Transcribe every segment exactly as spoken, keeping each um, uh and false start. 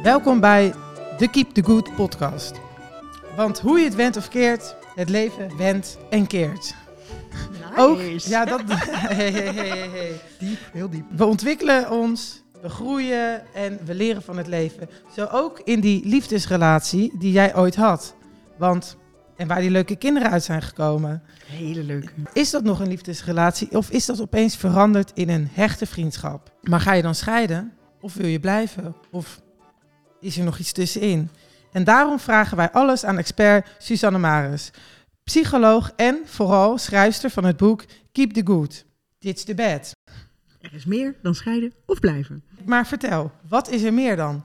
Welkom bij de Keep the Good podcast. Want hoe je het went of keert, het leven wendt en keert. Nice. Ook, ja, dat... hey, hey, hey, hey. Diep, heel diep. We ontwikkelen ons, we groeien en we leren van het leven. Zo ook in die liefdesrelatie die jij ooit had. Want, en waar die leuke kinderen uit zijn gekomen. Hele leuke. Is dat nog een liefdesrelatie of is dat opeens veranderd in een hechte vriendschap? Maar ga je dan scheiden? Of wil je blijven? Of is er nog iets tussenin? En daarom vragen wij alles aan expert Suzanne Maris. Psycholoog en vooral schrijfster van het boek Keep the Good. Dit's the bad. Er is meer dan scheiden of blijven. Maar vertel, wat is er meer dan?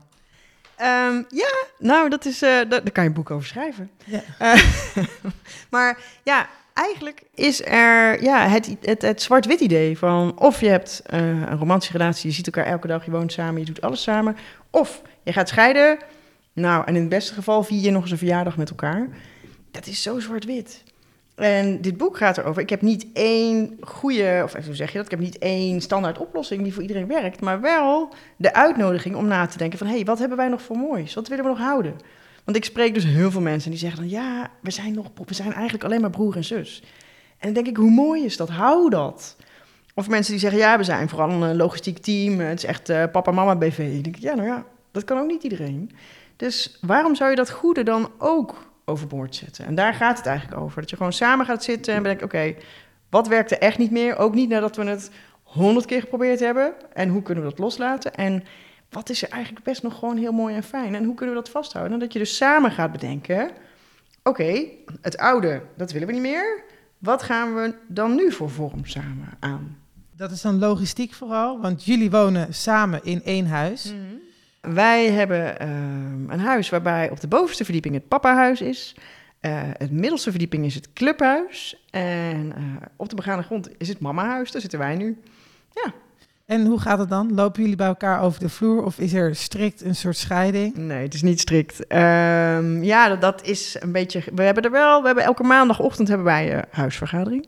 Um, ja, nou, dat is, uh, daar, daar kan je een boek over schrijven. Ja. Uh, maar ja, eigenlijk is er ja, het, het, het zwart-wit idee van of je hebt uh, een romantische relatie, je ziet elkaar elke dag, je woont samen, je doet alles samen. Of je gaat scheiden, nou, en in het beste geval vier je nog eens een verjaardag met elkaar. Dat is zo zwart-wit. En dit boek gaat erover. Ik heb niet één goede, of hoe zeg je dat? Ik heb niet één standaard oplossing die voor iedereen werkt, maar wel de uitnodiging om na te denken van, hé, hey, wat hebben wij nog voor moois? Wat willen we nog houden? Want ik spreek dus heel veel mensen die zeggen dan, ja, we zijn, nog, we zijn eigenlijk alleen maar broer en zus. En dan denk ik, hoe mooi is dat? Hou dat. Of mensen die zeggen, ja, we zijn vooral een logistiek team. Het is echt uh, papa-mama B V. Dan denk ik, ja, nou ja, dat kan ook niet iedereen. Dus waarom zou je dat goede dan ook overboord zetten? En daar gaat het eigenlijk over. Dat je gewoon samen gaat zitten en bedenkt, oké, okay, wat werkt er echt niet meer? Ook niet nadat we het honderd keer geprobeerd hebben. En hoe kunnen we dat loslaten? En wat is er eigenlijk best nog gewoon heel mooi en fijn? En hoe kunnen we dat vasthouden? En dat je dus samen gaat bedenken, oké, okay, het oude, dat willen we niet meer. Wat gaan we dan nu voor vorm samen aan? Dat is dan logistiek vooral, want jullie wonen samen in één huis. Mm-hmm. Wij hebben uh, een huis waarbij op de bovenste verdieping het papahuis is. Uh, het middelste verdieping is het clubhuis. En uh, op de begane grond is het mamahuis. Daar zitten wij nu. Ja. En hoe gaat het dan? Lopen jullie bij elkaar over de vloer of is er strikt een soort scheiding? Nee, het is niet strikt. Um, ja, dat, dat is een beetje... We hebben er wel... We hebben elke maandagochtend hebben wij uh, huisvergadering.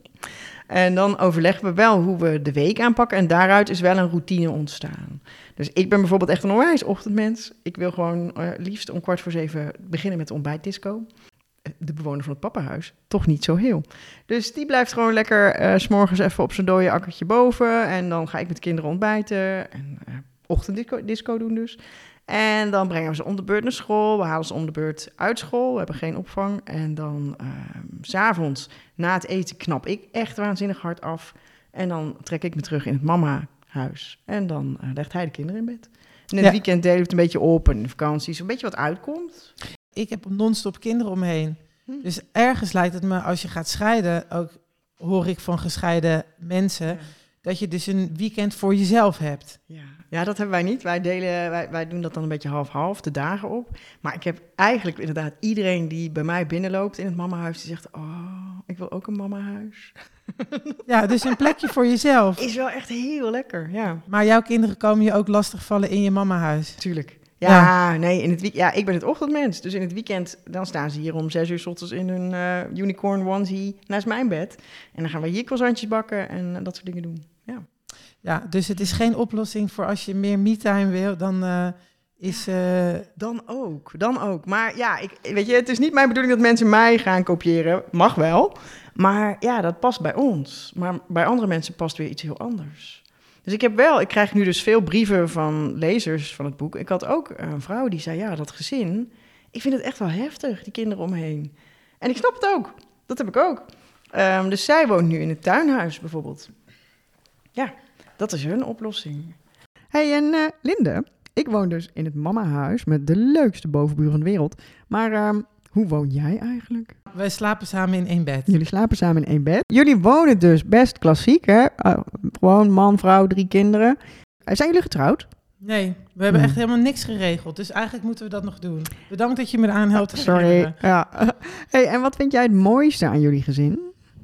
En dan overleggen we wel hoe we de week aanpakken. En daaruit is wel een routine ontstaan. Dus ik ben bijvoorbeeld echt een onwijs ochtendmens. Ik wil gewoon uh, liefst om kwart voor zeven beginnen met de ontbijtdisco. De bewoner van het pappenhuis, toch niet zo heel. Dus die blijft gewoon lekker uh, 's morgens even op zijn dode akkertje boven. En dan ga ik met kinderen ontbijten en uh, ochtenddisco disco doen dus. En dan brengen we ze om de beurt naar school. We halen ze om de beurt uit school. We hebben geen opvang. En dan uh, 's avonds na het eten knap ik echt waanzinnig hard af. En dan trek ik me terug in het mamahuis. En dan uh, legt hij de kinderen in bed. En in het ja. weekend delen we het een beetje op. En in de vakanties een beetje wat uitkomt. Ik heb non-stop kinderen omheen. Hm. Dus ergens lijkt het me, als je gaat scheiden, ook hoor ik van gescheiden mensen, ja. dat je dus een weekend voor jezelf hebt. Ja, ja dat hebben wij niet. Wij, delen, wij, wij doen dat dan een beetje half-half, de dagen op. Maar ik heb eigenlijk inderdaad iedereen die bij mij binnenloopt in het mamahuis, die zegt, oh, ik wil ook een mamahuis. Ja, dus een plekje voor jezelf. Is wel echt heel lekker, ja. Maar jouw kinderen komen je ook lastigvallen in je mamahuis? Tuurlijk. Ja, ja, nee, in het week- ja, ik ben het ochtendmens. Dus in het weekend, dan staan ze hier om zes uur 's ochtends in hun uh, unicorn onesie naast mijn bed. En dan gaan we hier croissantjes bakken en uh, dat soort dingen doen. Ja. Ja, dus het is geen oplossing voor als je meer me-time wil, dan uh, is... Uh... Dan ook, dan ook. Maar ja, ik, weet je, het is niet mijn bedoeling dat mensen mij gaan kopiëren. Mag wel. Maar ja, dat past bij ons. Maar bij andere mensen past weer iets heel anders. Dus ik heb wel, ik krijg nu dus veel brieven van lezers van het boek. Ik had ook een vrouw die zei, ja, dat gezin, ik vind het echt wel heftig, die kinderen omheen. En ik snap het ook. Dat heb ik ook. Um, dus zij woont nu in het tuinhuis bijvoorbeeld. Ja, dat is hun oplossing. Hey, en uh, Linde, ik woon dus in het mamahuis met de leukste bovenbuur van de wereld. Maar um, hoe woon jij eigenlijk? Wij slapen samen in één bed. Jullie slapen samen in één bed. Jullie wonen dus best klassiek, hè? Uh, gewoon man, vrouw, drie kinderen. Uh, zijn jullie getrouwd? Nee, we hebben hmm. echt helemaal niks geregeld. Dus eigenlijk moeten we dat nog doen. Bedankt dat je me eraan helpt. Uh, sorry. Ja. Hey, en wat vind jij het mooiste aan jullie gezin?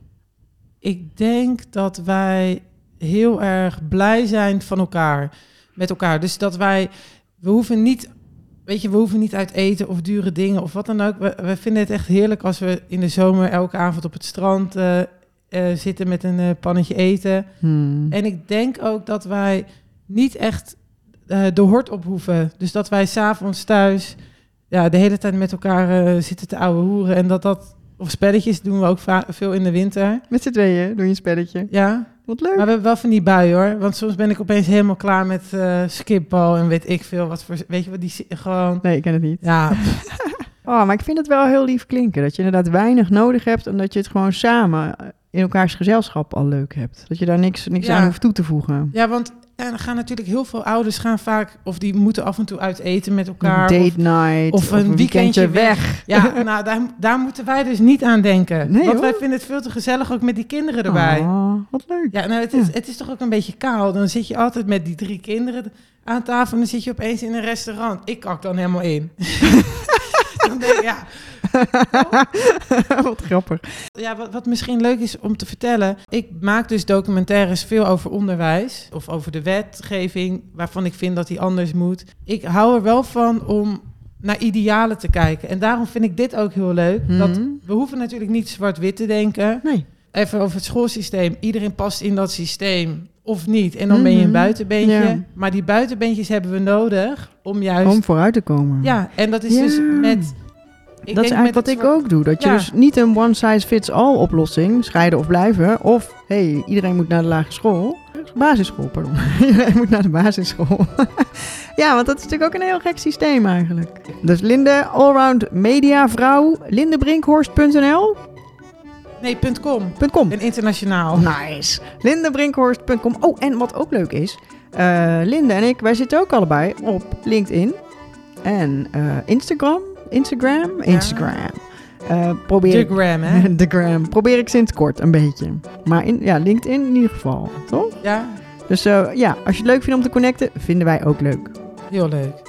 Ik denk dat wij heel erg blij zijn van elkaar. Met elkaar. Dus dat wij... We hoeven niet... Weet je, we hoeven niet uit eten of dure dingen of wat dan ook. We, we vinden het echt heerlijk als we in de zomer elke avond op het strand uh, uh, zitten met een uh, pannetje eten. Hmm. En ik denk ook dat wij niet echt uh, de hort op hoeven. Dus dat wij 's avonds thuis ja, de hele tijd met elkaar uh, zitten te ouwe hoeren. En dat dat... Of spelletjes doen we ook va- veel in de winter. Met z'n tweeën doe je een spelletje. Ja. Wat leuk. Maar we hebben wel van die buien hoor. Want soms ben ik opeens helemaal klaar met uh, skipbal en weet ik veel wat voor... Weet je wat, die gewoon... Nee, ik ken het niet. Ja. Oh, maar ik vind het wel heel lief klinken. Dat je inderdaad weinig nodig hebt en dat je het gewoon samen in elkaars gezelschap al leuk hebt. Dat je daar niks, niks Ja. aan hoeft toe te voegen. Ja, want ja, dan gaan natuurlijk heel veel ouders gaan vaak... Of die moeten af en toe uit eten met elkaar. Een date of, night. Of een, een weekendje weg. weg. Ja, nou, daar, daar moeten wij dus niet aan denken. Nee, want hoor. wij vinden het veel te gezellig ook met die kinderen erbij. Oh, wat leuk. Ja, nou, het is, Ja. het is toch ook een beetje kaal. Dan zit je altijd met die drie kinderen aan tafel... en dan zit je opeens in een restaurant. Ik kak dan helemaal in. Dan denk ik, ja... Wat grappig. Ja, wat, wat misschien leuk is om te vertellen... Ik maak dus documentaires veel over onderwijs... of over de wetgeving... waarvan ik vind dat die anders moet. Ik hou er wel van om naar idealen te kijken. En daarom vind ik dit ook heel leuk. Mhm. Dat, we hoeven natuurlijk niet zwart-wit te denken. Nee. Even over het schoolsysteem. Iedereen past in dat systeem of niet. En dan ben je een Mhm. buitenbeentje. Ja. Maar die buitenbeentjes hebben we nodig om juist... Om vooruit te komen. Ja, en dat is Ja. dus met... Ik dat is denk eigenlijk met wat ik het zwart- ook doe. Dat je Ja. dus niet een one-size-fits-all oplossing, scheiden of blijven. Of, hé, hey, iedereen moet naar de lagere school. Basisschool, pardon. Iedereen moet naar de basisschool. Ja, want dat is natuurlijk ook een heel gek systeem eigenlijk. Dus Linde, allround mediavrouw, lindebrinkhorst punt n l Nee, punt .com. .com. En internationaal. Nice. lindebrinkhorst punt com. Oh, en wat ook leuk is. Uh, Linde en ik, wij zitten ook allebei op LinkedIn. En uh, Instagram. Instagram? Ja. Instagram. Uh, probeer De ik... gram, hè? De gram. Probeer ik sinds kort een beetje. Maar in, ja, LinkedIn in ieder geval. Toch? Ja, Dus uh, ja, als je het leuk vindt om te connecten, vinden wij ook leuk. heel leuk.